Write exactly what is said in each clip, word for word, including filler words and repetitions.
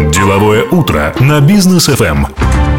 Деловое утро на Бизнес эф эм.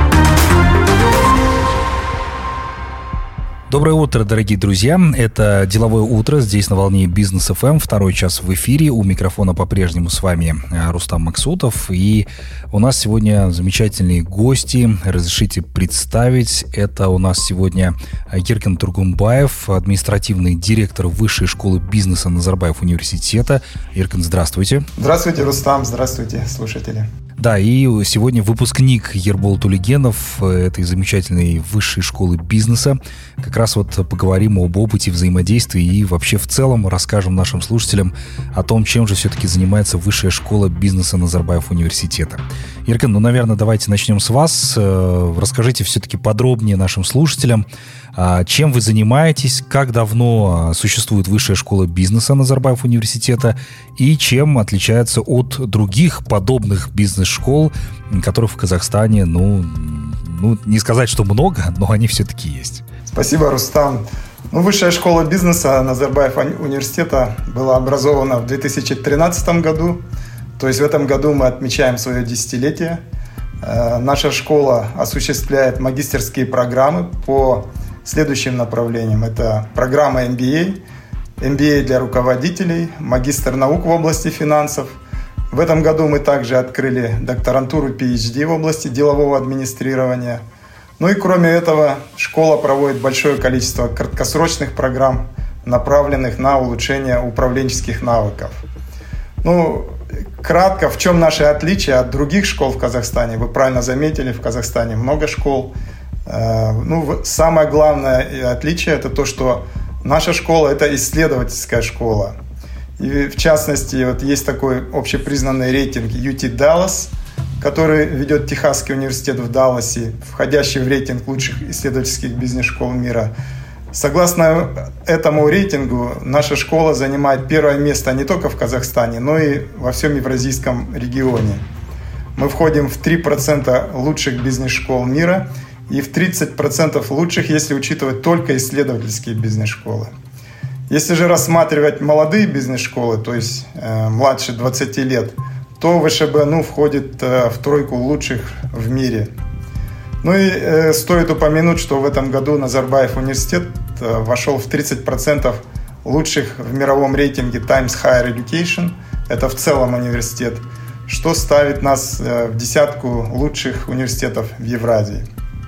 Доброе утро, дорогие друзья. Это «Деловое утро» здесь на волне Бизнес эф эм. Второй час в эфире. У микрофона по-прежнему с вами Рустам Максутов. И у нас сегодня замечательные гости. Разрешите представить. Это у нас сегодня Еркин Тургумбаев, административный директор Высшей школы бизнеса Назарбаев университета. Еркин, здравствуйте. Здравствуйте, Рустам. Здравствуйте, слушатели. Да, и сегодня выпускник Ербол Тулегенов этой замечательной высшей школы бизнеса. Как раз вот поговорим об опыте взаимодействия и вообще в целом расскажем нашим слушателям о том, чем же все-таки занимается Высшая школа бизнеса Назарбаев университета. Еркин, ну, наверное, давайте начнем с вас. Расскажите все-таки подробнее нашим слушателям, чем вы занимаетесь, как давно существует Высшая школа бизнеса Назарбаев университета и чем отличается от других подобных бизнес-школ, которых в Казахстане, ну, ну, не сказать, что много, но они все-таки есть. Спасибо, Рустам. Ну, Высшая школа бизнеса Назарбаев университета была образована в две тысячи тринадцатом году. То есть в этом году мы отмечаем свое десятилетие. Наша школа осуществляет магистерские программы по следующим направлениям. Это программа эм би эй, эм би эй для руководителей, магистр наук в области финансов. В этом году мы также открыли докторантуру пи эйч ди в области делового администрирования. Ну и кроме этого, школа проводит большое количество краткосрочных программ, направленных на улучшение управленческих навыков. Ну, кратко, в чем наше отличие от других школ в Казахстане? Вы правильно заметили, в Казахстане много школ. Ну, самое главное отличие – это то, что наша школа – это исследовательская школа. И в частности, вот есть такой общепризнанный рейтинг ю ти Dallas, который ведет Техасский университет в Далласе, входящий в рейтинг лучших исследовательских бизнес-школ мира. Согласно этому рейтингу, наша школа занимает первое место не только в Казахстане, но и во всем евразийском регионе. Мы входим в три процента лучших бизнес-школ мира и в тридцать процентов лучших, если учитывать только исследовательские бизнес-школы. Если же рассматривать молодые бизнес-школы, то есть э, младше двадцати лет, то вэ ша бэ эн у входит э, в тройку лучших в мире. Ну и э, стоит упомянуть, что в этом году Назарбаев университет э, вошел в тридцать процентов лучших в мировом рейтинге Times Higher Education, это в целом университет, что ставит нас э, в десятку лучших университетов в Евразии.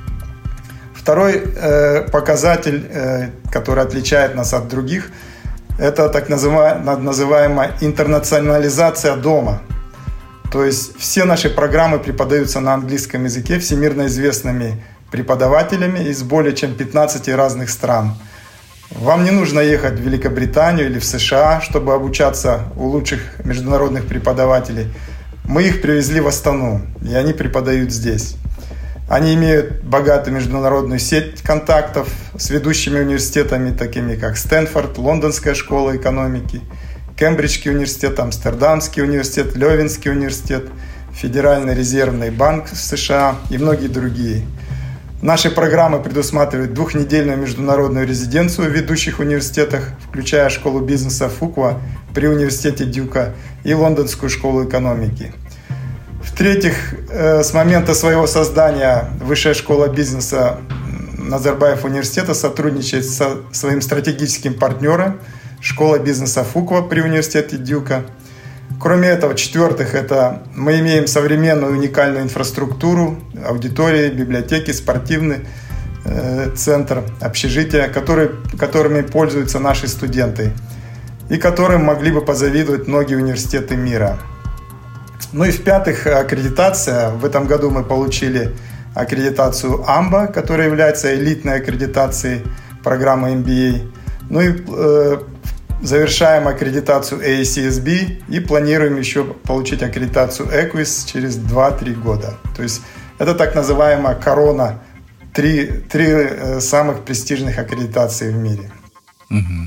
Второй э, показатель, э, который отличает нас от других, это так называемая, называемая интернационализация дома. То есть все наши программы преподаются на английском языке всемирно известными преподавателями из более чем пятнадцати разных стран. Вам не нужно ехать в Великобританию или в США, чтобы обучаться у лучших международных преподавателей. Мы их привезли в Астану, и они преподают здесь. Они имеют богатую международную сеть контактов с ведущими университетами, такими как Стэнфорд, Лондонская школа экономики, Кембриджский университет, Амстердамский университет, Лёвенский университет, Федеральный резервный банк США и многие другие. Наши программы предусматривают двухнедельную международную резиденцию в ведущих университетах, включая школу бизнеса Фуква при университете Дюка и Лондонскую школу экономики. В-третьих, с момента своего создания Высшая школа бизнеса Назарбаев университета сотрудничает со своим стратегическим партнером Школа бизнеса Фуква при университете Дюка. Кроме этого, в-четвертых, это мы имеем современную уникальную инфраструктуру, аудитории, библиотеки, спортивный э, центр, общежития, которые, которыми пользуются наши студенты и которым могли бы позавидовать многие университеты мира. Ну и в-пятых, аккредитация. В этом году мы получили аккредитацию амба, которая является элитной аккредитацией программы эм би эй. Ну и э, завершаем аккредитацию эй си эс би и планируем еще получить аккредитацию Эквис через два-три года. То есть это так называемая корона, три, три э, самых престижных аккредитации в мире. Угу.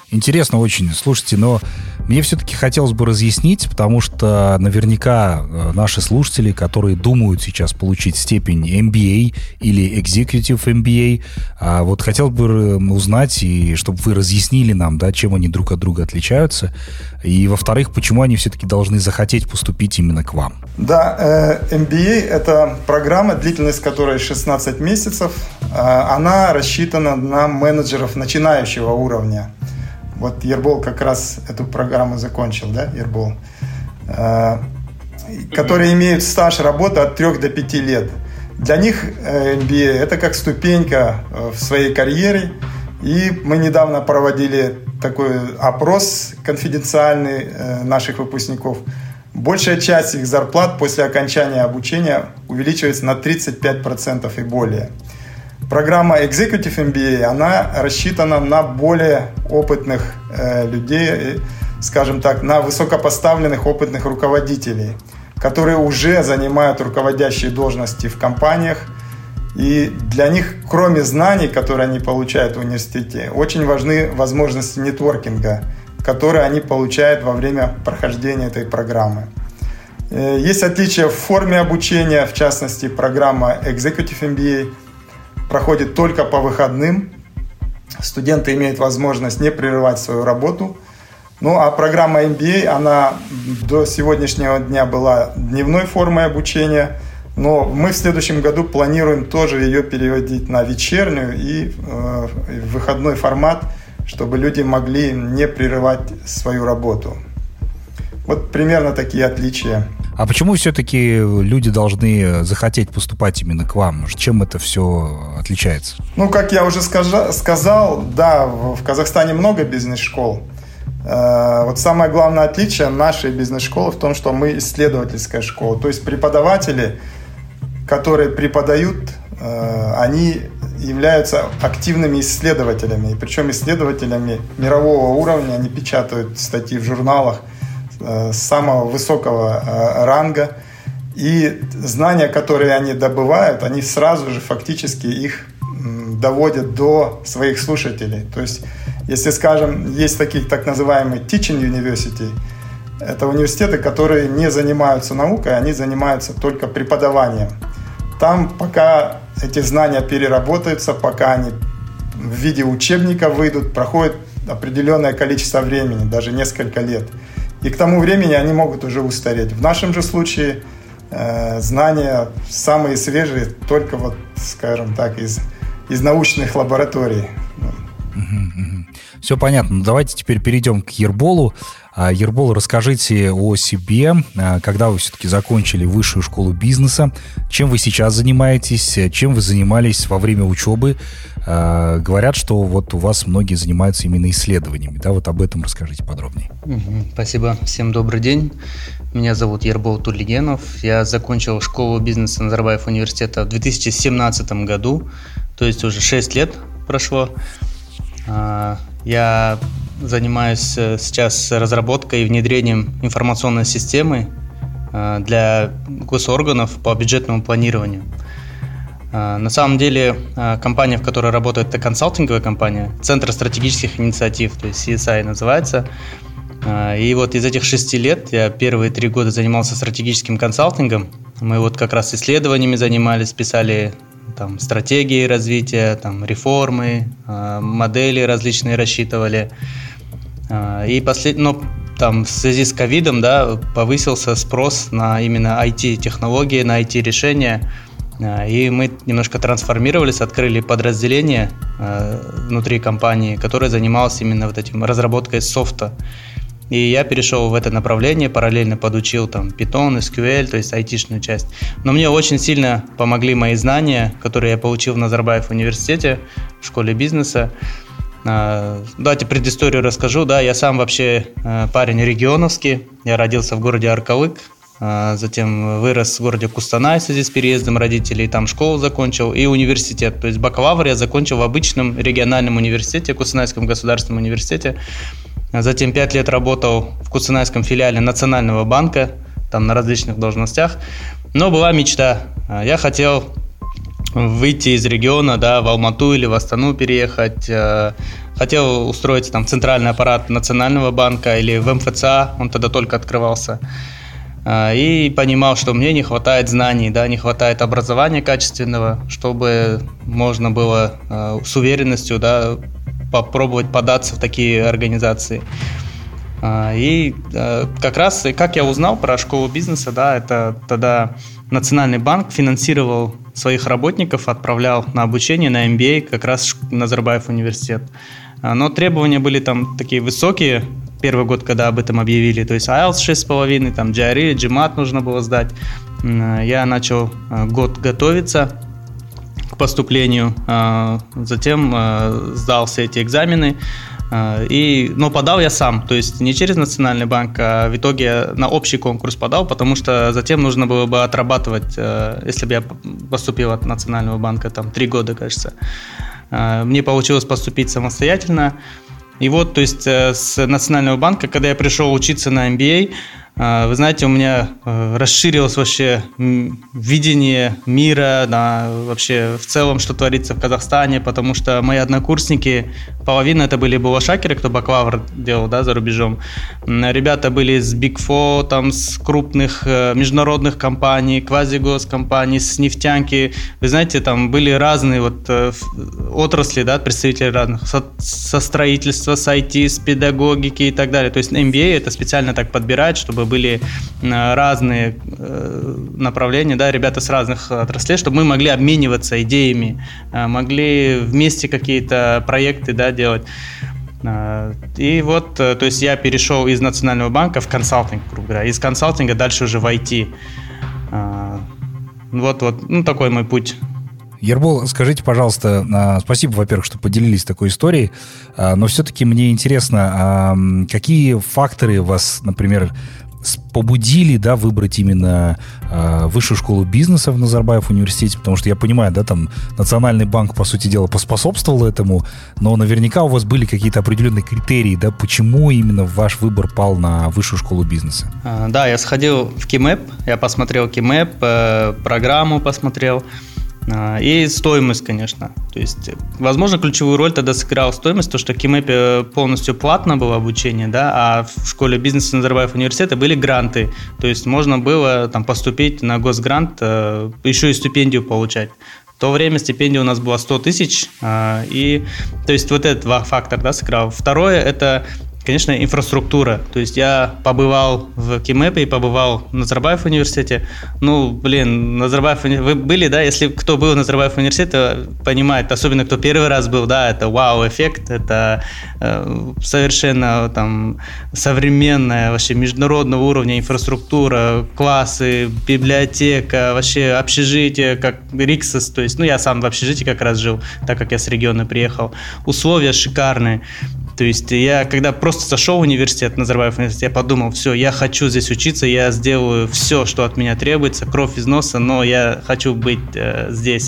Интересно очень. Слушайте, но мне все-таки хотелось бы разъяснить, потому что наверняка наши слушатели, которые думают сейчас получить степень эм би эй или Executive эм би эй, вот хотел бы узнать, и чтобы вы разъяснили нам, да, чем они друг от друга отличаются, и, во-вторых, почему они все-таки должны захотеть поступить именно к вам. Да, эм би эй – это программа, длительность которой шестнадцать месяцев. Она рассчитана на менеджеров начинающего уровня. Вот Ербол как раз эту программу закончил, да, Ербол? Которые имеют стаж работы от трёх до пяти лет. Для них эм би эй – это как ступенька в своей карьере. И мы недавно проводили такой опрос конфиденциальный наших выпускников. Большая часть их зарплат после окончания обучения увеличивается на тридцать пять процентов и более. Программа Executive эм би эй, она рассчитана на более опытных э, людей, скажем так, на высокопоставленных опытных руководителей, которые уже занимают руководящие должности в компаниях. И для них, кроме знаний, которые они получают в университете, очень важны возможности нетворкинга, которые они получают во время прохождения этой программы. Есть отличия в форме обучения, в частности, программа Executive эм би эй проходит только по выходным. Студенты имеют возможность не прерывать свою работу. Ну а программа эм би эй, она до сегодняшнего дня была дневной формой обучения, но мы в следующем году планируем тоже ее переводить на вечернюю и э, выходной формат, чтобы люди могли не прерывать свою работу. Вот примерно такие отличия. А почему все-таки люди должны захотеть поступать именно к вам? Чем это все отличается? Ну, как я уже скажа- сказал, да, в Казахстане много бизнес-школ. Э, вот самое главное отличие нашей бизнес-школы в том, что мы исследовательская школа. То есть преподаватели, которые преподают, э, они являются активными исследователями. И причем исследователями мирового уровня. Они печатают статьи в журналах самого высокого ранга, и знания, которые они добывают, они сразу же фактически их доводят до своих слушателей. То есть, если, скажем, есть такие так называемые teaching university, это университеты, которые не занимаются наукой, они занимаются только преподаванием. Там пока эти знания переработаются, пока они в виде учебника выйдут, проходит определенное количество времени, даже несколько лет. И к тому времени они могут уже устареть. В нашем же случае э, знания самые свежие только вот, скажем так, из, из научных лабораторий. Все понятно. Давайте теперь перейдем к Ерболу. Ербол, расскажите о себе, когда вы все-таки закончили высшую школу бизнеса, чем вы сейчас занимаетесь, чем вы занимались во время учебы. Говорят, что вот у вас многие занимаются именно исследованиями. Да, вот об этом расскажите подробнее. Спасибо. Всем добрый день. Меня зовут Ербол Тулигенов. Я закончил школу бизнеса Назарбаев университета в две тысячи семнадцатом году, то есть уже шесть лет прошло. Я занимаюсь сейчас разработкой и внедрением информационной системы для госорганов по бюджетному планированию. На самом деле компания, в которой работает, это консалтинговая компания, Центр стратегических инициатив, то есть си эс ай называется. И вот из этих шести лет я первые три года занимался стратегическим консалтингом. Мы вот как раз исследованиями занимались, писали там стратегии развития, там реформы, модели различные рассчитывали. И послед... Но там в связи с ковидом, да, повысился спрос на именно ай ти-технологии, на ай ти-решения. И мы немножко трансформировались, открыли подразделение внутри компании, которое занималось именно вот этим разработкой софта. И я перешел в это направление, параллельно подучил там Python, эс кью эль, то есть айтишную часть. Но мне очень сильно помогли мои знания, которые я получил в Назарбаев университете, в школе бизнеса. Давайте предысторию расскажу. Да, я сам вообще парень регионовский. Я родился в городе Аркалык, затем вырос в городе Кустанай в связи с переездом родителей, там школу закончил и университет. То есть бакалавр я закончил в обычном региональном университете, Кустанайском государственном университете. Затем пять лет работал в Кустанайском филиале Национального банка, там на различных должностях. Но была мечта. Я хотел выйти из региона, да, в Алмату или в Астану переехать, хотел устроиться там, в центральный аппарат Национального банка или в эм эф цэ а, он тогда только открывался. И понимал, что мне не хватает знаний, да, не хватает образования качественного, чтобы можно было э, с уверенностью, да, попробовать податься в такие организации. Э, и э, как раз, как я узнал про школу бизнеса, да, это тогда Национальный банк финансировал своих работников, отправлял на обучение, на эм би эй, как раз Назарбаев университет. Но требования были там такие высокие, первый год, когда об этом объявили, то есть ай эл ти эс шесть с половиной, там джи ар и, джимат нужно было сдать. Я начал год готовиться к поступлению, затем сдал все эти экзамены, и, но подал я сам, то есть не через Национальный банк, а в итоге я на общий конкурс подал, потому что затем нужно было бы отрабатывать, если бы я поступил от Национального банка, там три года, кажется. Мне получилось поступить самостоятельно. И вот, то есть с Национального банка, когда я пришел учиться на эм би эй, вы знаете, у меня расширилось вообще видение мира, да, вообще в целом, что творится в Казахстане, потому что мои однокурсники, половина это были булашакеры, кто бакалавр делал, да, за рубежом. Ребята были с Big Four, там, с крупных международных компаний, квазигоскомпаний, с нефтянки. Вы знаете, там были разные вот отрасли, да, представители разных, со, со строительства, с ай ти, с педагогики и так далее. То есть эм би эй это специально так подбирает, чтобы были разные направления, да, ребята с разных отраслей, чтобы мы могли обмениваться идеями, могли вместе какие-то проекты, да, делать. И вот, то есть я перешел из Национального банка в консалтинг, грубо говоря, из консалтинга дальше уже в ай ти. Вот, вот, ну, такой мой путь. Ербол, скажите, пожалуйста, спасибо, во-первых, что поделились такой историей, но все-таки мне интересно, какие факторы вас, например, побудили, да, выбрать именно э, высшую школу бизнеса в Назарбаев университете, потому что я понимаю, да, там Национальный банк, по сути дела, поспособствовал этому, но наверняка у вас были какие-то определенные критерии, да, почему именно ваш выбор пал на высшую школу бизнеса? А, да, я сходил в КИМЭП, я посмотрел КИМЭП, э, программу посмотрел, и стоимость, конечно. То есть, возможно, ключевую роль тогда сыграла стоимость, то, что в КИМЭПе полностью платно было обучение, да, а в школе бизнеса Назарбаев университета были гранты. То есть можно было там поступить на госгрант, еще и стипендию получать. В то время стипендия у нас была сто тысяч, и то есть вот этот фактор, да, сыграл. Второе – это, конечно, инфраструктура. То есть я побывал в КИМЭПе и побывал в Назарбаев университете. Ну, блин, Назарбаев университет... Вы были, да? Если кто был в Назарбаев университете, понимает, особенно кто первый раз был, да, это вау-эффект, это э, совершенно там современная, вообще международного уровня инфраструктура, классы, библиотека, вообще общежитие, как Риксос. То есть, ну, я сам в общежитии как раз жил, так как я с региона приехал. Условия шикарные. То есть я, когда просто зашел в университет, Назарбаев университет, я подумал, все, я хочу здесь учиться, я сделаю все, что от меня требуется, кровь из носа, но я хочу быть э, здесь.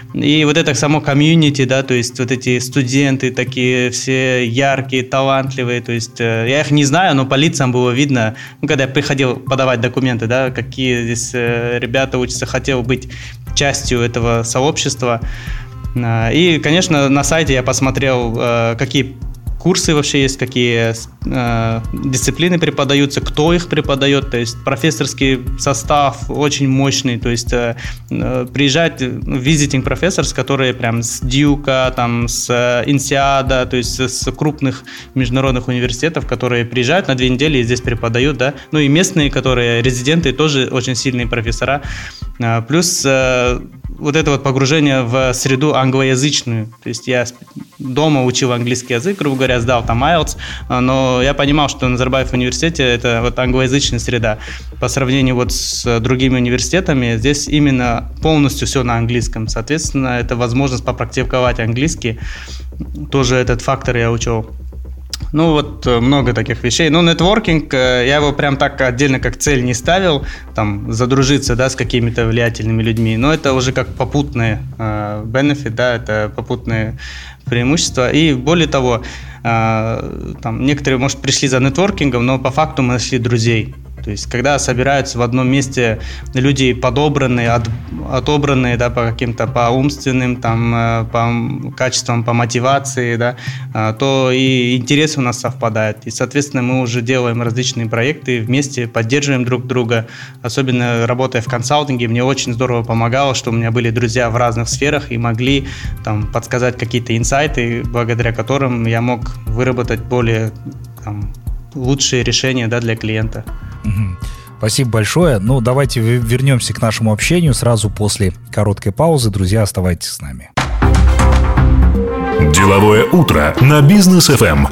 И вот это само комьюнити, да, то есть вот эти студенты такие все яркие, талантливые, то есть э, я их не знаю, но по лицам было видно, ну, когда я приходил подавать документы, да, какие здесь э, ребята учатся, хотел быть частью этого сообщества. Э, и, конечно, на сайте я посмотрел, э, какие курсы вообще есть, какие э, дисциплины преподаются, кто их преподает, то есть профессорский состав очень мощный, то есть э, э, приезжать visiting professors, которые прям с Дьюка, там, с Инсиада, то есть с крупных международных университетов, которые приезжают на две недели и здесь преподают, да, ну и местные, которые резиденты, тоже очень сильные профессора, э, плюс э, вот это вот погружение в среду англоязычную, то есть я дома учил английский язык, грубо говоря, сдал там ай эл ти эс, но я понимал, что в Назарбаев университете это вот англоязычная среда. По сравнению вот с другими университетами, здесь именно полностью все на английском. Соответственно, это возможность попрактиковать английский. Тоже этот фактор я учел. Ну, вот много таких вещей. Ну, нетворкинг, я его прям так отдельно как цель не ставил, там, задружиться, да, с какими-то влиятельными людьми, но это уже как попутные э, benefit, да, это попутные преимущества. И более того, э, там, некоторые, может, пришли за нетворкингом, но по факту мы нашли друзей. То есть, когда собираются в одном месте люди подобранные, от, отобранные, да, по каким-то, по умственным, там, по качествам, по мотивации, да, то и интересы у нас совпадают. И, соответственно, мы уже делаем различные проекты вместе, поддерживаем друг друга. Особенно работая в консалтинге, мне очень здорово помогало, что у меня были друзья в разных сферах и могли там подсказать какие-то инсайты, благодаря которым я мог выработать более там, лучшие решения, да, для клиента. Спасибо большое. Ну, давайте вернемся к нашему общению сразу после короткой паузы. Друзья, оставайтесь с нами. Деловое утро на Бизнес эф эм.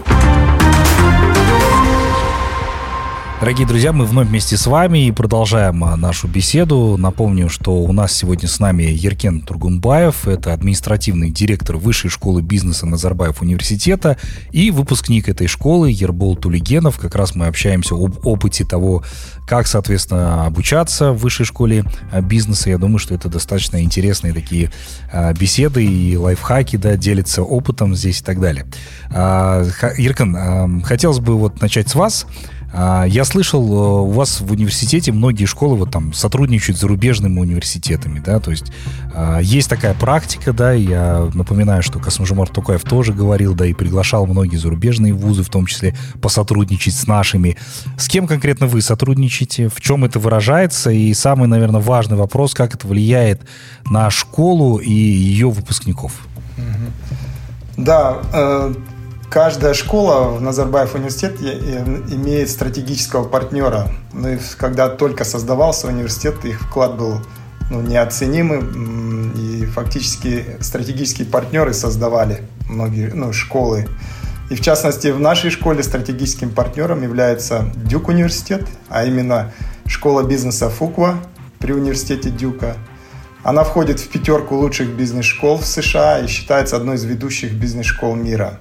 Дорогие друзья, мы вновь вместе с вами и продолжаем нашу беседу. Напомню, что у нас сегодня с нами Еркен Тургунбаев, это административный директор Высшей школы бизнеса Назарбаев университета и выпускник этой школы Ербол Тулигенов. Как раз мы общаемся об опыте того, как, соответственно, обучаться в Высшей школе бизнеса. Я думаю, что это достаточно интересные такие беседы и лайфхаки, да, делятся опытом здесь и так далее. Еркен, хотелось бы вот начать с вас. Я слышал, у вас в университете многие школы вот там сотрудничают с зарубежными университетами, да, то есть есть такая практика, да, я напоминаю, что Касым-Жомарт Токаев тоже говорил, да, и приглашал многие зарубежные вузы, в том числе посотрудничать с нашими. С кем конкретно вы сотрудничаете, в чем это выражается, и самый, наверное, важный вопрос, как это влияет на школу и ее выпускников? Да, э- Каждая школа в Назарбаев университете имеет стратегического партнера. Ну и когда только создавался университет, их вклад был ну, неоценимым, и фактически стратегические партнеры создавали многие ну, школы. И в частности, в нашей школе стратегическим партнером является Дюк университет, а именно школа бизнеса Фуква при университете Дюка. Она входит в пятерку лучших бизнес-школ в США и считается одной из ведущих бизнес-школ мира.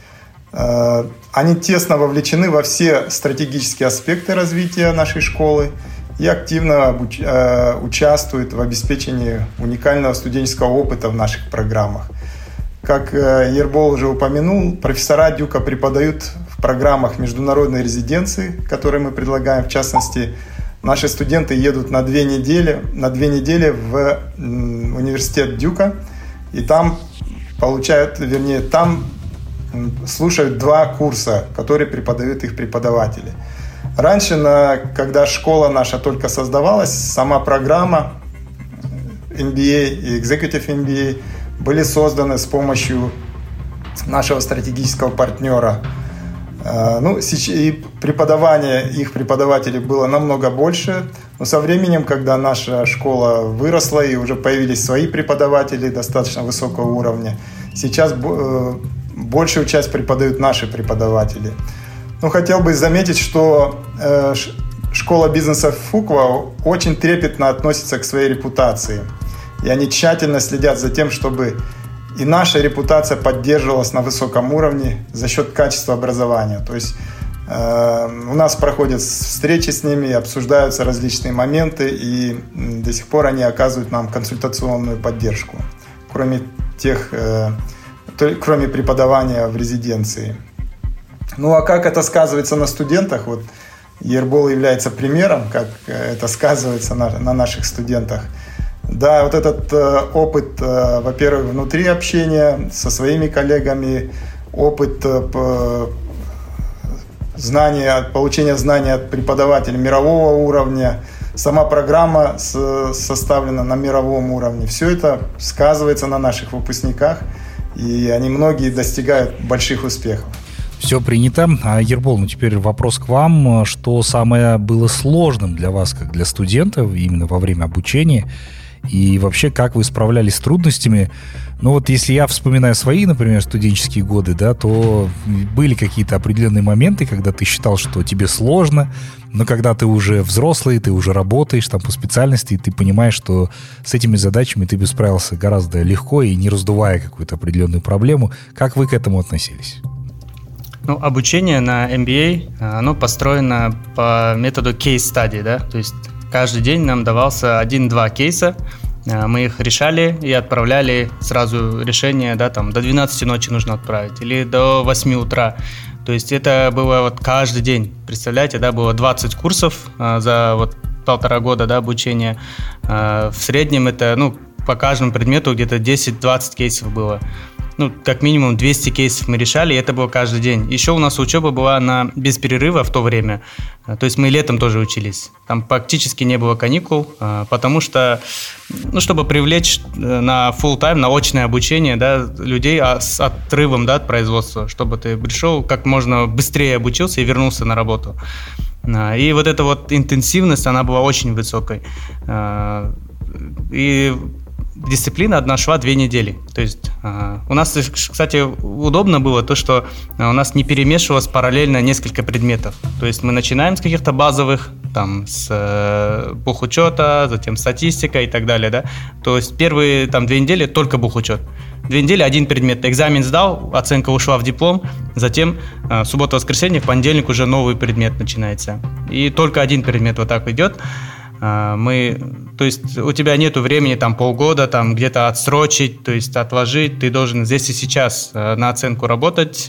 Они тесно вовлечены во все стратегические аспекты развития нашей школы и активно обуч... участвуют в обеспечении уникального студенческого опыта в наших программах. Как Ербол уже упомянул, профессора Дюка преподают в программах международной резиденции, которые мы предлагаем. В частности, наши студенты едут на две недели, на две недели в университет Дюка, и там получают, вернее, там слушают два курса, которые преподают их преподаватели. Раньше, на, когда школа наша только создавалась, сама программа эм би эй и Executive эм би эй были созданы с помощью нашего стратегического партнера. Ну, и преподавание их преподавателей было намного больше, но со временем, когда наша школа выросла и уже появились свои преподаватели достаточно высокого уровня, сейчас большую часть преподают наши преподаватели. Ну, хотел бы заметить, что э, школа бизнеса Фуква очень трепетно относится к своей репутации. И они тщательно следят за тем, чтобы и наша репутация поддерживалась на высоком уровне за счет качества образования. То есть э, у нас проходят встречи с ними, обсуждаются различные моменты, и до сих пор они оказывают нам консультационную поддержку, кроме тех... Э, кроме преподавания в резиденции. Ну а как это сказывается на студентах? Вот Ербол является примером, как это сказывается на, на наших студентах. Да, вот этот э, опыт, э, во-первых, внутри общения со своими коллегами, опыт э, знания, получения знаний от преподавателей мирового уровня, сама программа с, составлена на мировом уровне. Все это сказывается на наших выпускниках, и они многие достигают больших успехов. Все принято. А, Ербол, ну теперь вопрос к вам. Что самое было сложным для вас, как для студентов, именно во время обучения? И вообще, как вы справлялись с трудностями? Ну вот если я вспоминаю свои, например, студенческие годы, да, то были какие-то определенные моменты, когда ты считал, что тебе сложно, но когда ты уже взрослый, ты уже работаешь там по специальности, и ты понимаешь, что с этими задачами ты бы справился гораздо легко и не раздувая какую-то определенную проблему. Как вы к этому относились? Ну, обучение на эм би эй, оно построено по методу кейс-стади, да, то есть каждый день нам давался один-два кейса, мы их решали и отправляли сразу решение, да, там до двенадцати ночи нужно отправить или до восьми утра. То есть это было вот каждый день. Представляете, да, было двадцать курсов э, за вот полтора года, да, обучения. Э, в среднем это, ну, по каждому предмету где-то десять-двадцать кейсов было. Ну, как минимум двести кейсов мы решали, и это было каждый день. Еще у нас учеба была на, без перерыва в то время. То есть мы летом тоже учились. Там практически не было каникул, потому что, ну, чтобы привлечь на full-time, на очное обучение, да, людей с отрывом, да, от производства, чтобы ты пришел, как можно быстрее обучился и вернулся на работу. И вот эта вот интенсивность, она была очень высокой. И дисциплина одна шла две недели. То есть э, у нас, кстати, удобно было то, что у нас не перемешивалось параллельно несколько предметов. То есть мы начинаем с каких-то базовых, там, с э, бухучета, затем статистика и так далее, да. То есть первые там две недели только бухучет. Две недели один предмет. Экзамен сдал, оценка ушла в диплом, затем э, суббота-воскресенье, в понедельник уже новый предмет начинается. И только один предмет вот так идет. Мы, то есть у тебя нету времени там полгода там где-то отсрочить, то есть отложить, ты должен здесь и сейчас на оценку работать.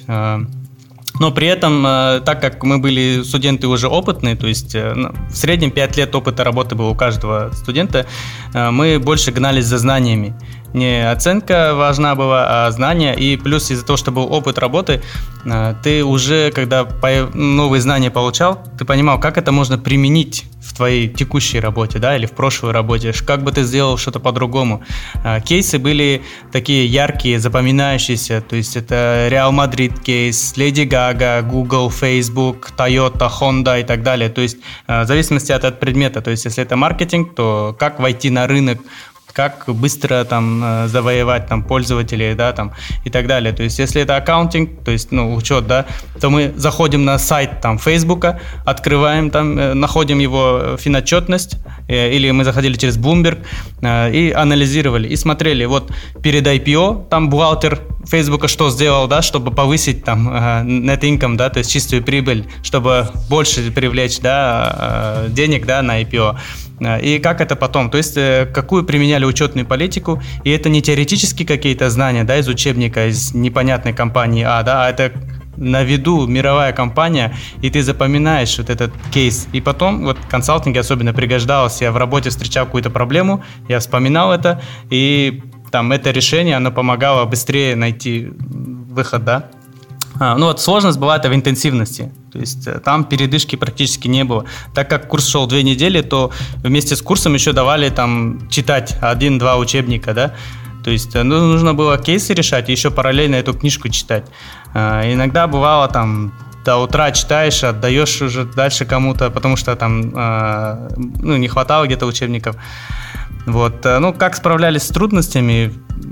Но при этом, так как мы были студенты уже опытные, то есть в среднем пять лет опыта работы было у каждого студента, мы больше гнались за знаниями. Не оценка важна была, а знания. И плюс из-за того, что был опыт работы, ты уже, когда новые знания получал, ты понимал, как это можно применить в твоей текущей работе, да, или в прошлой работе, как бы ты сделал что-то по-другому. Кейсы были такие яркие, запоминающиеся, то есть это Реал Мадрид кейс, Леди Гага, Google, Facebook, Toyota, Honda и так далее. То есть в зависимости от, от предмета, то есть если это маркетинг, то как войти на рынок, как быстро там завоевать там пользователей, да, там и так далее. То есть, если это аккаунтинг, то есть, ну, учет, да, то мы заходим на сайт там Фейсбука, открываем там, находим его финотчетность, или мы заходили через Bloomberg и анализировали, и смотрели, вот перед ай пи о там бухгалтер Фейсбука что сделал, да, чтобы повысить там net income, да, то есть чистую прибыль, чтобы больше привлечь, да, денег, да, на ай пи о. И как это потом, то есть какую применяли учетную политику, и это не теоретические какие-то знания, да, из учебника, из непонятной компании А, да, а это на виду мировая компания, и ты запоминаешь вот этот кейс. И потом, вот в консалтинге особенно пригождалось, я в работе встречал какую-то проблему, я вспоминал это, и там это решение, оно помогало быстрее найти выход, да. А, ну вот сложность была это в интенсивности, то есть там передышки практически не было. Так как курс шел две недели, то вместе с курсом еще давали там читать один-два учебника, да. То есть ну, нужно было кейсы решать и еще параллельно эту книжку читать. А, иногда бывало там до утра читаешь, отдаешь уже дальше кому-то, потому что там а, ну, не хватало где-то учебников. Вот. Ну как справлялись с трудностями?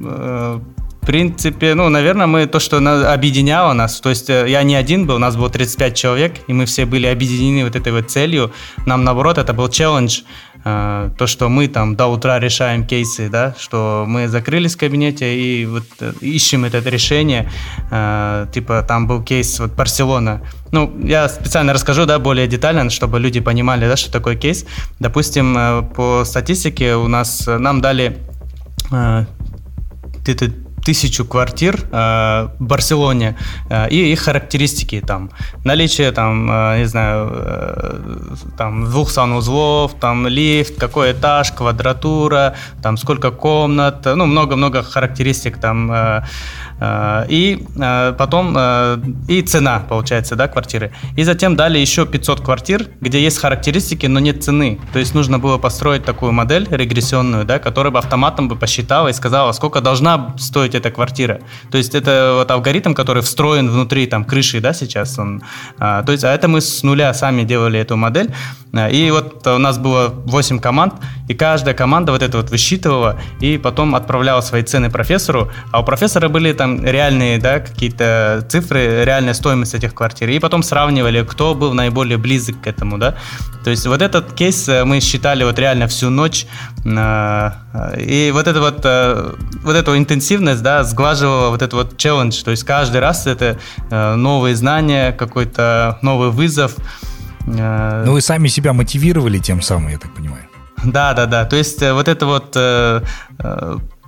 В принципе, ну, наверное, мы то, что объединяло нас, то есть я не один был, у нас было тридцать пять человек, и мы все были объединены вот этой вот целью. Нам, наоборот, это был челлендж, э, то, что мы там до утра решаем кейсы, да, что мы закрылись в кабинете и вот ищем это решение. Э, типа там был кейс вот Барселона. Ну, я специально расскажу, да, более детально, чтобы люди понимали, да, что такое кейс. Допустим, э, по статистике у нас, нам дали э, где-то тысячу квартир э, в Барселоне э, и их характеристики, там, наличие, там, э, не знаю, э, там, двух санузлов, там, лифт, какой этаж, квадратура, там, сколько комнат, ну, много-много характеристик, там, э, э, и э, потом, э, и цена, получается, да, квартиры. И затем дали еще пятьсот квартир, где есть характеристики, но нет цены. То есть нужно было построить такую модель регрессионную, да, которая бы автоматом бы посчитала и сказала, сколько должна стоить эта квартира. То есть это вот алгоритм, который встроен внутри там крыши, да, сейчас он. А, то есть, а это мы с нуля сами делали эту модель. А, и вот у нас было восемь команд, и каждая команда вот это вот высчитывала и потом отправляла свои цены профессору. А у профессора были там реальные, да, какие-то цифры, реальная стоимость этих квартир. И потом сравнивали, кто был наиболее близок к этому, да. То есть вот этот кейс мы считали вот реально всю ночь. А, и вот это вот, вот эту интенсивность, да, сглаживала вот этот вот челлендж, то есть каждый раз это э, новые знания, какой-то новый вызов. Э, ну, вы сами себя мотивировали тем самым, я так понимаю. Да, да, да, то есть э, вот это вот э, э,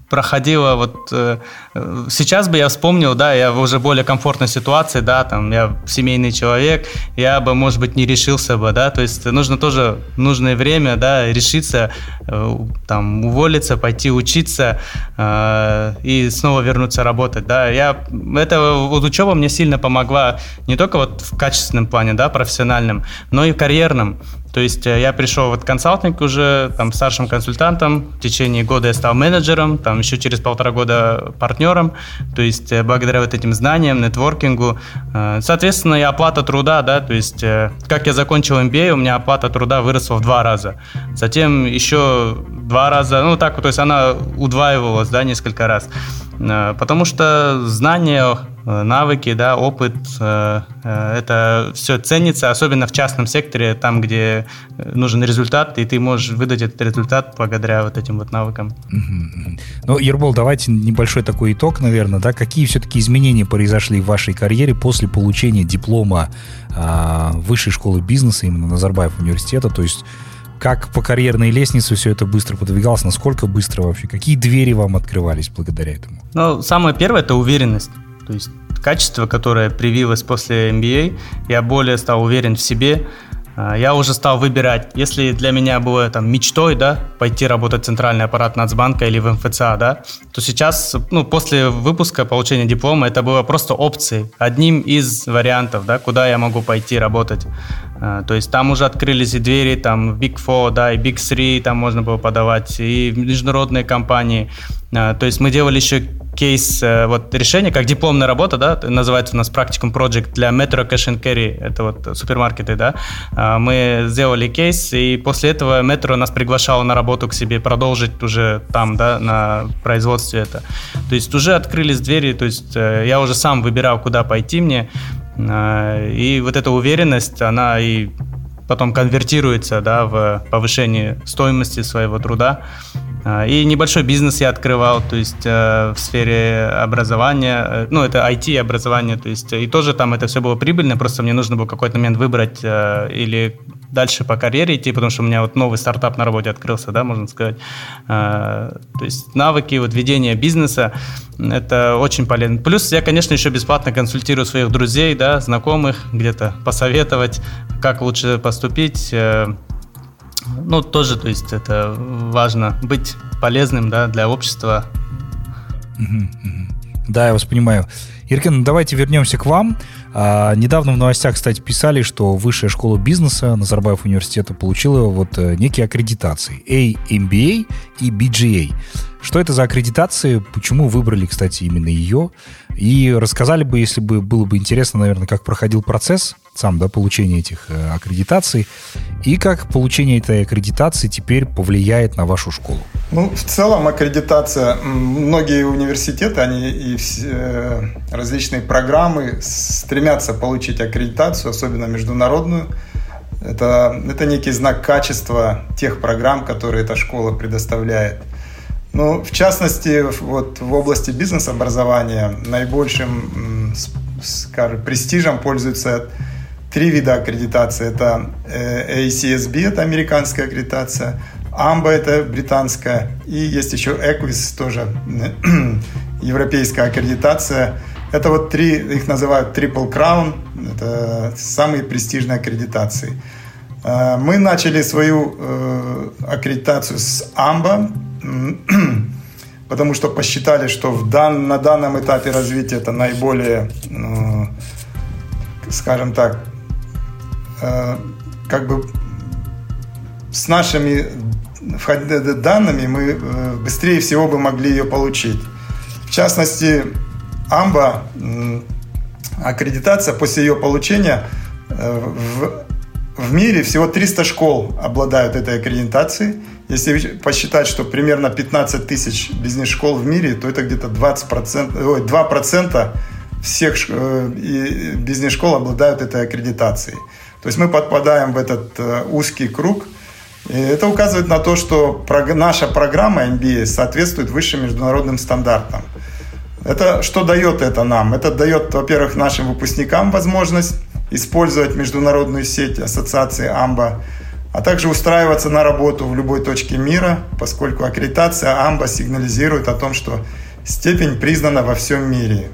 проходило вот э, сейчас бы я вспомнил, да, я в уже более комфортной ситуации, да, там я семейный человек, я бы, может быть, не решился бы, да, то есть нужно тоже нужное время, да, решиться, э, там уволиться, пойти учиться э, и снова вернуться работать, да. Я это вот учеба мне сильно помогла не только вот в качественном плане, да, профессиональном, но и карьерном. То есть я пришел в консалтинг уже там, старшим консультантом, в течение года я стал менеджером, там, еще через полтора года партнером, то есть благодаря вот этим знаниям, нетворкингу. Соответственно, и оплата труда, да, то есть как я закончил эм би эй, у меня оплата труда выросла в два раза. Затем еще два раза, ну так, то есть она удваивалась, да, несколько раз. Потому что знания, навыки, да, опыт, это все ценится, особенно в частном секторе, там, где нужен результат, и ты можешь выдать этот результат благодаря вот этим вот навыкам. Ну, Ербол, давайте небольшой такой итог, наверное, да, какие все-таки изменения произошли в вашей карьере после получения диплома э, Высшей школы бизнеса, именно Назарбаев университета, то есть как по карьерной лестнице все это быстро подвигалось, насколько быстро вообще, какие двери вам открывались благодаря этому? Ну, самое первое – это уверенность, то есть качество, которое привилось после эм би эй, я более стал уверен в себе, я уже стал выбирать, если для меня было там мечтой, да, пойти работать в центральный аппарат Нацбанка или в эм эф цэ а, да, то сейчас, ну, после выпуска, получения диплома, это было просто опцией, одним из вариантов, да, куда я могу пойти работать. То есть там уже открылись и двери, там в Big Four, да, и Big Three, там можно было подавать, и международные компании. То есть мы делали еще кейс, вот решение, как дипломная работа, да, называется у нас Practicum Project для Metro Cash and Carry, это вот супермаркеты, да. Мы сделали кейс, и после этого Metro нас приглашало на работу к себе, продолжить уже там, да, на производстве это. То есть уже открылись двери, то есть я уже сам выбирал, куда пойти мне. И вот эта уверенность, она и потом конвертируется, да, в повышение стоимости своего труда. И небольшой бизнес я открывал, то есть в сфере образования, ну, это ай ти-образование, то есть и тоже там это все было прибыльно, просто мне нужно было в какой-то момент выбрать или дальше по карьере идти, потому что у меня вот новый стартап на работе открылся, да, можно сказать. То есть навыки вот ведения бизнеса, это очень полезно. Плюс я, конечно, еще бесплатно консультирую своих друзей, да, знакомых, где-то посоветовать, как лучше поступить. Ну, тоже, то есть это важно быть полезным, да, для общества. Да, я вас понимаю. Еркен, давайте вернемся к вам. А, недавно в новостях, кстати, писали, что Высшая школа бизнеса Назарбаев университета получила вот некие аккредитации эй эм би эй и би джи эй. Что это за аккредитации? Почему выбрали, кстати, именно ее? И рассказали бы, если бы было бы интересно, наверное, как проходил процесс сам, да, получения этих э, аккредитаций, и как получение этой аккредитации теперь повлияет на вашу школу. Ну, в целом аккредитация, многие университеты, они и все, э, различные программы стремятся получить аккредитацию, особенно международную. Это, это некий знак качества тех программ, которые эта школа предоставляет. Ну, в частности, вот в области бизнес-образования наибольшим, скажем, престижем пользуются три вида аккредитации. Это эй си эс би, это американская аккредитация, амба, это британская, и есть еще Equis, тоже европейская аккредитация. Это вот три, их называют Triple Crown, это самые престижные аккредитации. Мы начали свою аккредитацию с амба, потому что посчитали, что в дан, на данном этапе развития это наиболее, э, скажем так, э, как бы с нашими данными мы э, быстрее всего бы могли ее получить. В частности, амба, э, аккредитация после ее получения э, в, в мире всего триста школ обладают этой аккредитацией. Если посчитать, что примерно пятнадцать тысяч бизнес-школ в мире, то это где-то двадцать процентов, ой, два процента всех бизнес-школ обладают этой аккредитацией. То есть мы подпадаем в этот узкий круг. И это указывает на то, что наша программа эм би эй соответствует высшим международным стандартам. Это что дает это нам? Это дает, во-первых, нашим выпускникам возможность использовать международную сеть ассоциации амба. а также устраиваться на работу в любой точке мира, поскольку аккредитация Амба сигнализирует о том, что степень признана во всем мире.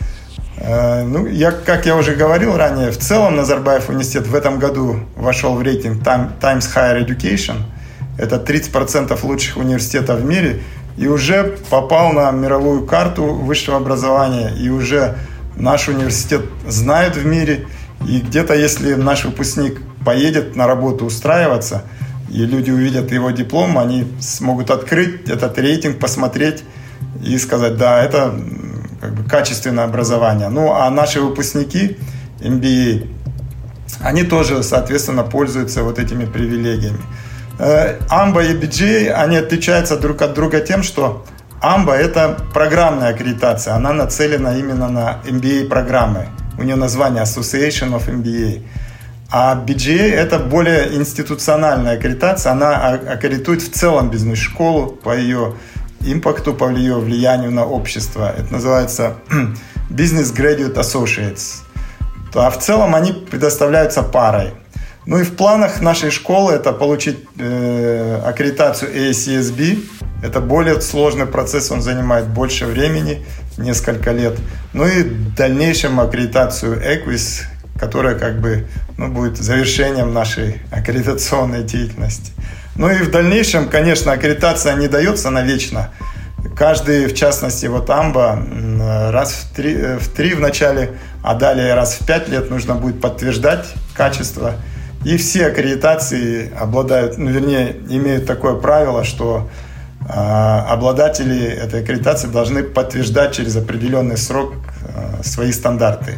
Ну, я, как я уже говорил ранее, в целом Назарбаев университет в этом году вошел в рейтинг Times Higher Education. Это тридцать процентов лучших университетов в мире. И уже попал на мировую карту высшего образования. И уже наш университет знают в мире. И где-то, если наш выпускник поедет на работу устраиваться, и люди увидят его диплом, они смогут открыть этот рейтинг, посмотреть и сказать, да, это... как бы качественное образование. Ну, а наши выпускники эм би эй, они тоже, соответственно, пользуются вот этими привилегиями. Амба и би джи эй, они отличаются друг от друга тем, что Амба – это программная аккредитация, она нацелена именно на эм би эй-программы. У нее название Association of эм би эй. А би джи эй – это более институциональная аккредитация, она аккредитует в целом бизнес-школу по ее импакту, по ее влиянию на общество. Это называется Business Graduate Associates. А в целом они предоставляются парой. Ну и в планах нашей школы это получить э, аккредитацию эй эс си эс би. Это более сложный процесс, он занимает больше времени, несколько лет. Ну и в дальнейшем аккредитацию Equis, которая как бы ну, будет завершением нашей аккредитационной деятельности. Ну и в дальнейшем, конечно, аккредитация не дается навечно. Каждый, в частности, вот Амба, раз в три, в три в начале, а далее раз в пять лет нужно будет подтверждать качество. И все аккредитации обладают, ну, вернее, имеют такое правило, что э, обладатели этой аккредитации должны подтверждать через определенный срок э, свои стандарты.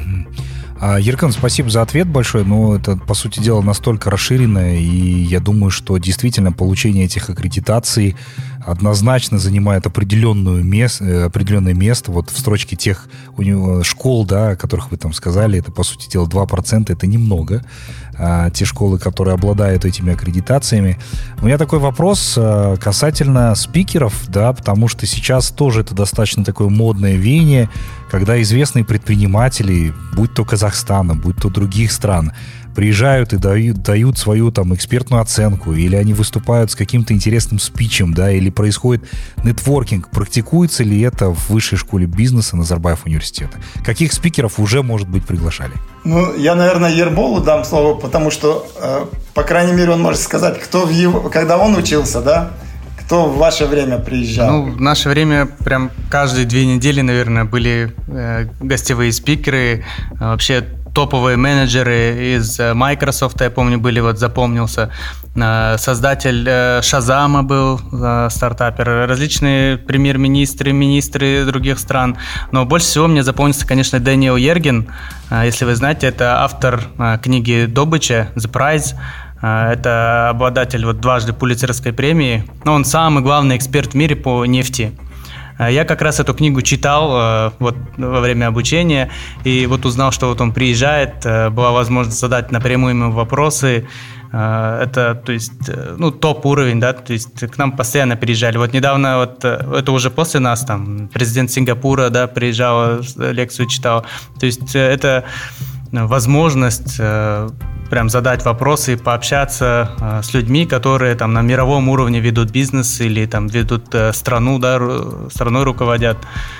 Еркан, спасибо за ответ большой, но это, по сути дела, настолько расширенное, и я думаю, что действительно получение этих аккредитаций однозначно занимает определенную место, определенное место вот в строчке тех школ, да, о которых вы там сказали, это, по сути дела, два процента, это немного. А, те школы, которые обладают этими аккредитациями. У меня такой вопрос а, касательно спикеров, да, потому что сейчас тоже это достаточно такое модное веяние, когда известные предприниматели, будь то Казахстана, будь то других стран, приезжают и дают, дают свою там экспертную оценку, или они выступают с каким-то интересным спичем, да, или происходит нетворкинг. Практикуется ли это в высшей школе бизнеса Назарбаев университета? Каких спикеров уже, может быть, приглашали? Ну, я, наверное, Ерболу дам слово, потому что, э, по крайней мере, он может сказать, кто в его, когда он учился, да, кто в ваше время приезжал. Ну, в наше время прям каждые две недели, наверное, были э, гостевые спикеры, э, вообще топовые менеджеры из Microsoft, я помню, были, вот запомнился. Создатель Шазама был, стартапер, различные премьер-министры, министры других стран. Но больше всего мне запомнился, конечно, Дэниел Ерген. Если вы знаете, это автор книги Добыча «The Prize». Это обладатель вот дважды Пулитцеровской премии. Но он самый главный эксперт в мире по нефти. Я как раз эту книгу читал вот, во время обучения, и вот узнал, что вот он приезжает, была возможность задать напрямую ему вопросы. Это, то есть, ну, топ-уровень, да, то есть к нам постоянно приезжали. Вот недавно, вот, это уже после нас, там, президент Сингапура, да, приезжал, лекцию читал. То есть это возможность э, прям задать вопросы и пообщаться э, с людьми, которые там на мировом уровне ведут бизнес или там ведут э, страну, да, ру, страной руководят.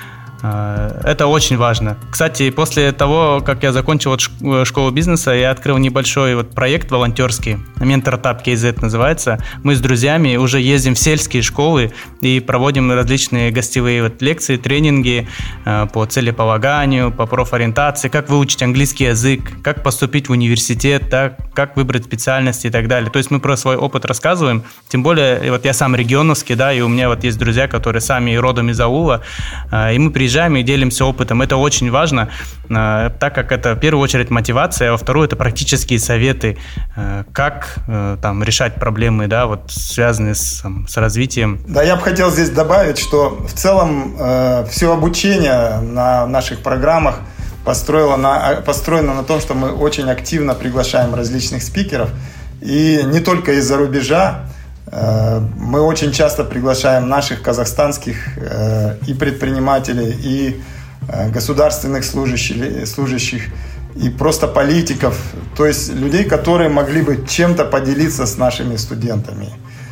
Э, это очень важно. Кстати, после того, как я закончил вот школу бизнеса, я открыл небольшой вот проект волонтерский, Mentortap кей зет называется. Мы с друзьями уже ездим в сельские школы и проводим различные гостевые вот лекции, тренинги э, по целеполаганию, по профориентации, как выучить английский язык, как поступить в университет, да, как выбрать специальности и так далее. То есть мы про свой опыт рассказываем. Тем более, вот я сам регионовский, да, и у меня вот есть друзья, которые сами родом из аула, э, и мы приезжаем и делимся опытом. Это очень важно, э, так как это в первую очередь мотивация, а во вторую это практические советы, э, как э, там решать проблемы, да, вот связанные с, с развитием. Да, я бы хотел здесь добавить, что в целом э, все обучение на наших программах построено на, построено на том, что мы очень активно приглашаем различных спикеров, и не только из-за рубежа. Мы очень часто приглашаем наших казахстанских и предпринимателей, и государственных служащих, служащих и просто политиков, то есть людей, которые могли бы чем-то поделиться с нашими студентами.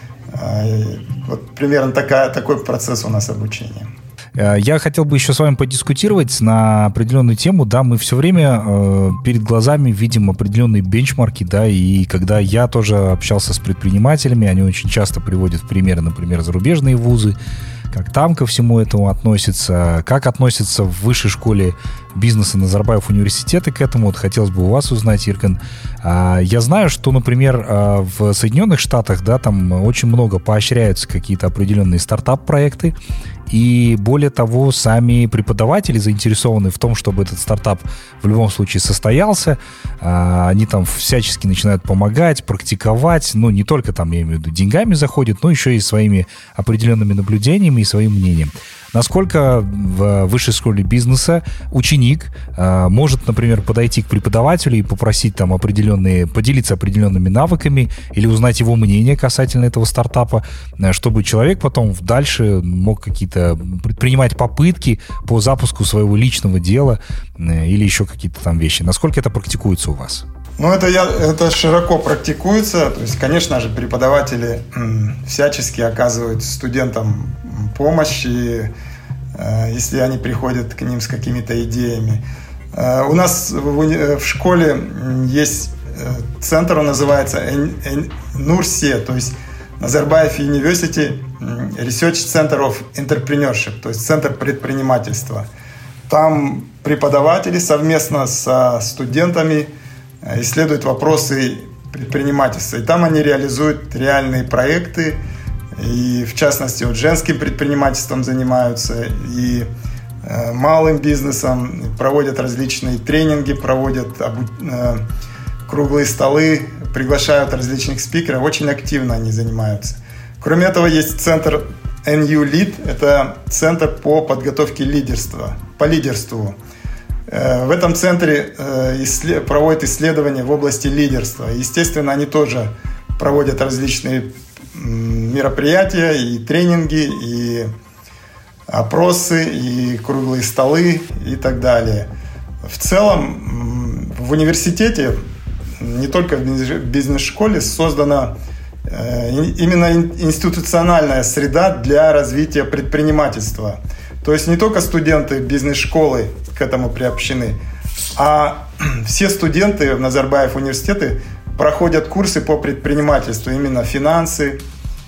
Вот примерно такая, такой процесс у нас обучения. Я хотел бы еще с вами подискутировать на определенную тему. Да, мы все время э, перед глазами видим определенные бенчмарки, да, и когда я тоже общался с предпринимателями, они очень часто приводят в примеры, например, зарубежные вузы, как там ко всему этому относятся, как относятся в высшей школе бизнеса Назарбаев университета к этому. Вот хотелось бы у вас узнать, Иркан. Я знаю, что, например, в Соединенных Штатах, да, там очень много поощряются какие-то определенные стартап-проекты, и более того, сами преподаватели заинтересованы в том, чтобы этот стартап в любом случае состоялся. Они там всячески начинают помогать, практиковать, ну, не только там, я имею в виду, деньгами заходят, но еще и своими определенными наблюдениями и своим мнением. Насколько в высшей школе бизнеса ученик э, может, например, подойти к преподавателю и попросить там определенные, поделиться определенными навыками или узнать его мнение касательно этого стартапа, э, чтобы человек потом дальше мог какие-то предпринимать попытки по запуску своего личного дела э, или еще какие-то там вещи. Насколько это практикуется у вас? Ну, это, я, это широко практикуется. То есть, конечно же, преподаватели м, всячески оказывают студентам помощь, и, э, если они приходят к ним с какими-то идеями. Э, у нас в, в школе есть э, центр, он называется НУРСЕ, то есть Назарбаев University Research Center of Entrepreneurship, то есть центр предпринимательства. Там преподаватели совместно со студентами исследуют вопросы предпринимательства. И там они реализуют реальные проекты, и в частности вот женским предпринимательством занимаются, и э, малым бизнесом, проводят различные тренинги, проводят обу- э, круглые столы, приглашают различных спикеров, очень активно они занимаются. Кроме этого, есть центр эн ю лид, это центр по подготовке лидерства, по лидерству. В этом центре проводят исследования в области лидерства. Естественно, они тоже проводят различные мероприятия, и тренинги, и опросы, и круглые столы, и так далее. В целом, в университете, не только в бизнес-школе, создана именно институциональная среда для развития предпринимательства. То есть не только студенты бизнес-школы к этому приобщены, а все студенты в Назарбаев университете проходят курсы по предпринимательству, именно финансы,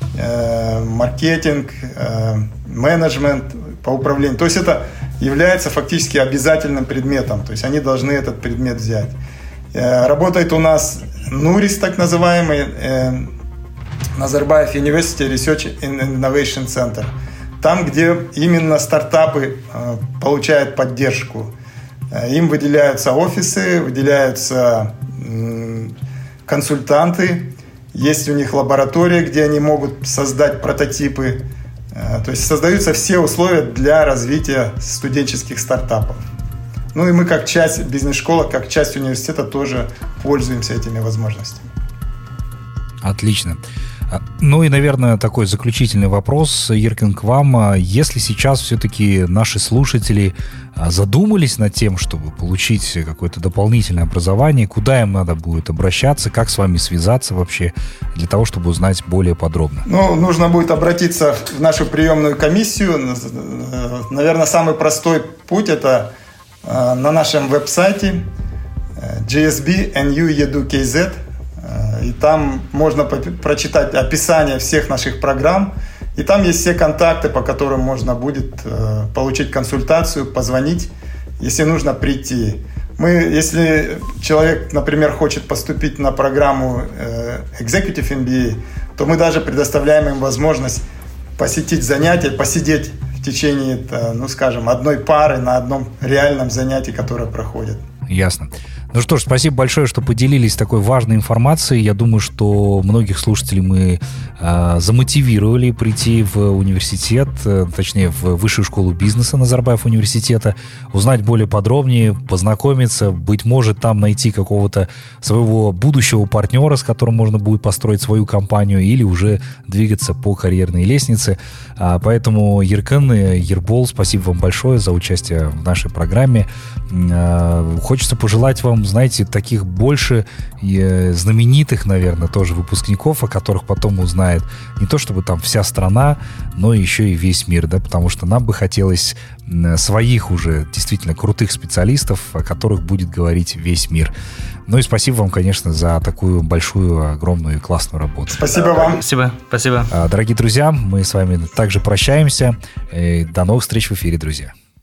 э, маркетинг, э, менеджмент по управлению. То есть это является фактически обязательным предметом, то есть они должны этот предмет взять. Э, работает у нас НУРИС, так называемый, э, Назарбаев University Research and Innovation Center. Там, где именно стартапы э, получают поддержку. Э, им выделяются офисы, выделяются э, консультанты. Есть у них лаборатория, где они могут создать прототипы. Э, то есть создаются все условия для развития студенческих стартапов. Ну и мы как часть бизнес-школы, как часть университета тоже пользуемся этими возможностями. Отлично. Ну и, наверное, такой заключительный вопрос, Иркан, к вам. Если сейчас все-таки наши слушатели задумались над тем, чтобы получить какое-то дополнительное образование, куда им надо будет обращаться, как с вами связаться вообще, для того, чтобы узнать более подробно? Ну, нужно будет обратиться в нашу приемную комиссию. Наверное, самый простой путь – это на нашем веб-сайте джи эс би эн ю edu точка кей зет. И там можно прочитать описание всех наших программ. И там есть все контакты, по которым можно будет э, получить консультацию, позвонить, если нужно прийти. Мы, если человек, например, хочет поступить на программу э, Executive эм би эй, то мы даже предоставляем им возможность посетить занятия, посидеть в течение, ну, скажем, одной пары на одном реальном занятии, которое проходит. Ясно. Ну что ж, спасибо большое, что поделились такой важной информацией. Я думаю, что многих слушателей мы э, замотивировали прийти в университет, э, точнее, в высшую школу бизнеса Назарбаев университета, узнать более подробнее, познакомиться, быть может, там найти какого-то своего будущего партнера, с которым можно будет построить свою компанию или уже двигаться по карьерной лестнице. А, поэтому, Иркан, Ербол, спасибо вам большое за участие в нашей программе. А, хочется пожелать вам нам, знаете, таких больше э, знаменитых, наверное, тоже выпускников, о которых потом узнает не то чтобы там вся страна, но еще и весь мир, да, потому что нам бы хотелось своих уже действительно крутых специалистов, о которых будет говорить весь мир. Ну и спасибо вам, конечно, за такую большую, огромную и классную работу. Спасибо вам. Спасибо, спасибо. Дорогие друзья, мы с вами также прощаемся. До новых встреч в эфире, друзья.